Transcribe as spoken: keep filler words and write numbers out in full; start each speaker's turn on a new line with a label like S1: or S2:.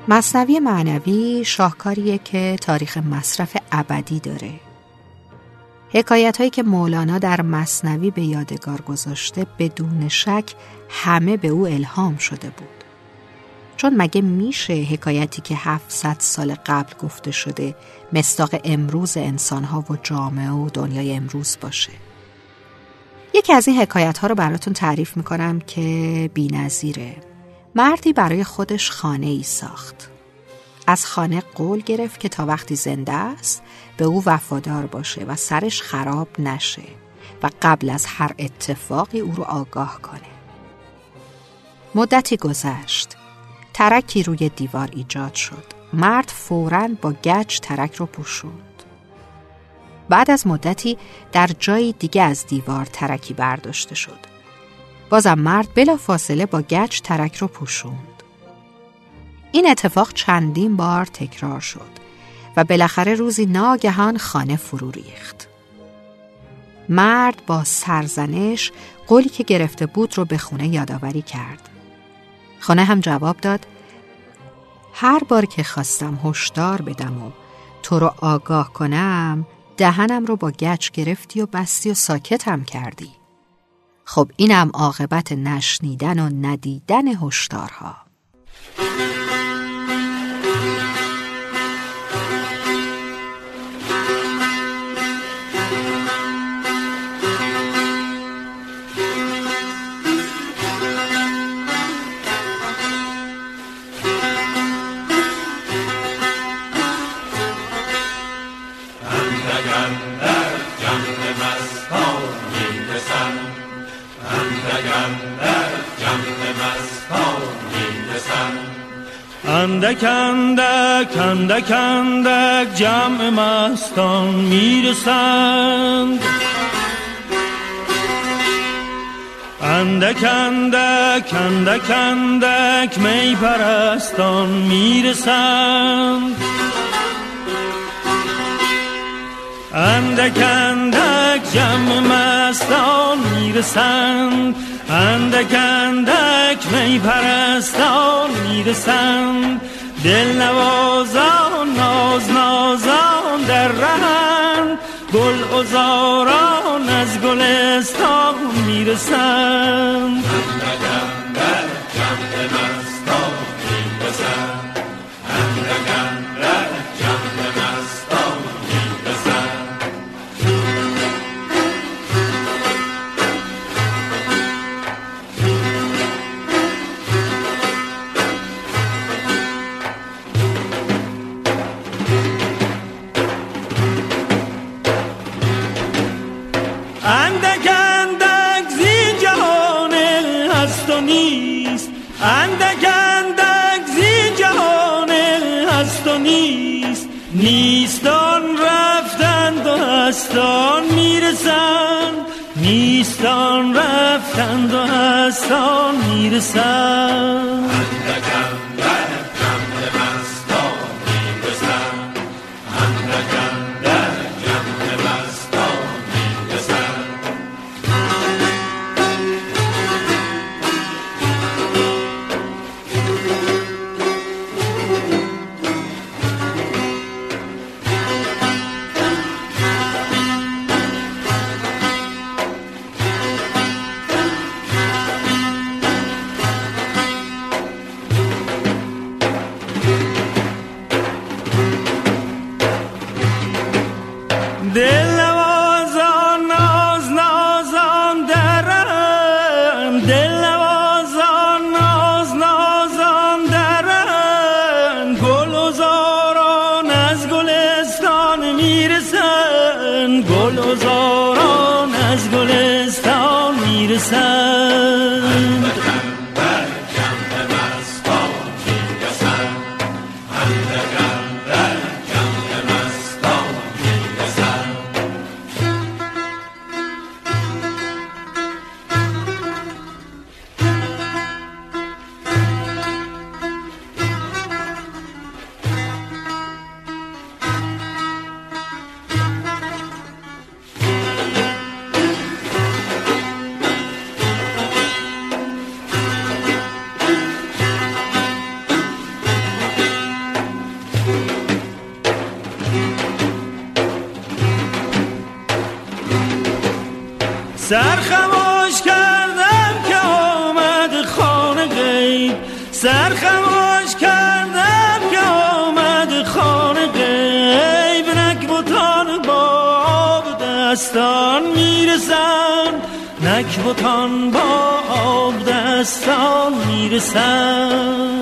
S1: مثنوی معنوی شاهکاریه که تاریخ مصرف ابدی داره. حکایت هایی که مولانا در مثنوی به یادگار گذاشته بدون شک همه به او الهام شده بود. چون مگه میشه حکایتی که هفتصد سال قبل گفته شده مصداق امروز انسانها و جامعه و دنیای امروز باشه؟ یکی از این حکایت ها رو براتون تعریف میکنم که بی‌نظیره. مردی برای خودش خانه ای ساخت. از خانه قول گرفت که تا وقتی زنده است به او وفادار باشه و سرش خراب نشه و قبل از هر اتفاقی او رو آگاه کنه. مدتی گذشت. ترکی روی دیوار ایجاد شد. مرد فوراً با گچ ترک رو پوشوند. بعد از مدتی در جای دیگه از دیوار ترکی برداشته شد. بازم مرد بلا فاصله با گچ ترک رو پوشوند. این اتفاق چندین بار تکرار شد و بالاخره روزی ناگهان خانه فرو ریخت. مرد با سرزنش قولی که گرفته بود رو به خونه یادآوری کرد. خانه هم جواب داد: هر بار که خواستم هشدار بدم و تو رو آگاه کنم دهنم رو با گچ گرفتی و بستی و ساکتم کردی. خب اینم عاقبت نشنیدن و ندیدن هشدارها.
S2: اندک اندک اندک اندک جمع مستان میرسند، اندک اندک اندک اندک می پرستان میرسند، اندک اندک جمع مستان میرسند، اندک اندک می پرستان میرسند، دل نوازان ناز نازان در رهند، گل عذاران از گلستان میرسند. اندک اندک جمع مستان میرسند، اندک اندک جمع مستان میرسند. اندک اندک زین جهان هست و نیست، اندک اندک زین جهان هست و نیست، نیستان رفتند و هستان میرسند، نیستان رفتند و هستان میرسند. اندک اندک جمع مستان میرسند، اندک اندک جمع مستان میرسند. سرخموش کردم که آمد خانه غیب، سرخموش کردم که آمد خانه غیب. نکبتان با آب دستان میرسن، نکبتان با آب دستان میرسن.